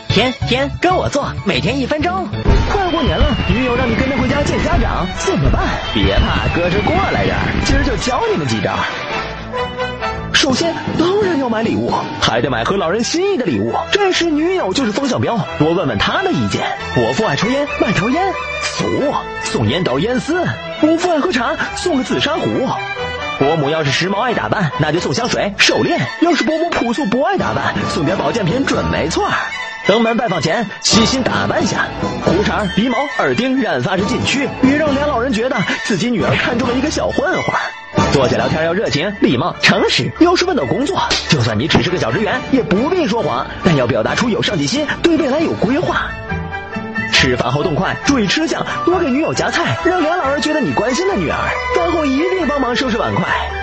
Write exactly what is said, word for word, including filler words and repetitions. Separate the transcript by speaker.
Speaker 1: 天天跟我做，每天一分钟。快过年了，女友让你跟她回家见家长，怎么办？别怕，哥是过来人，今儿就教你们几招。首先，当然要买礼物，还得买合老人心意的礼物。这时女友就是风向标，多问问她的意见。伯父爱抽烟，买条烟，俗，送烟斗烟丝；伯父爱喝茶，送个紫砂壶。伯母要是时髦爱打扮，那就送香水、手链；要是伯母朴素不爱打扮，送点保健品准没错。登门拜访前，细心打扮下，胡茬、鼻毛、耳钉、染发是禁区，别让俩老人觉得自己女儿看中了一个小混混。坐下聊天要热情、礼貌、诚实。要是问到工作，就算你只是个小职员，也不必说谎，但要表达出有上进心，对未来有规划。吃饭后动筷，注意吃相，多给女友夹菜，让俩老人觉得你关心的女儿。饭后一定帮忙收拾碗筷。